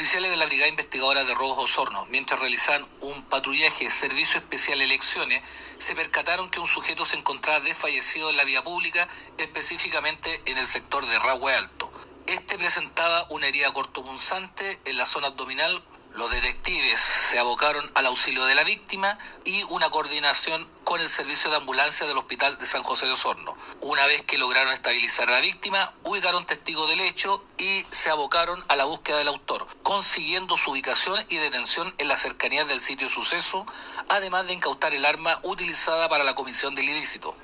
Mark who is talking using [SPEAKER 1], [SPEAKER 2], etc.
[SPEAKER 1] Oficiales de la Brigada Investigadora de Robos Osorno, mientras realizaban un patrullaje de Servicio Especial Elecciones, se percataron que un sujeto se encontraba desfallecido en la vía pública, específicamente en el sector de Rahue Alto. Este presentaba una herida cortopunzante en la zona abdominal. Los detectives se abocaron al auxilio de la víctima y una coordinación con el servicio de ambulancia del Hospital de San José de Osorno. Una vez que lograron estabilizar a la víctima, ubicaron testigos del hecho y se abocaron a la búsqueda del autor, consiguiendo su ubicación y detención en las cercanías del sitio de suceso, además de incautar el arma utilizada para la comisión del ilícito.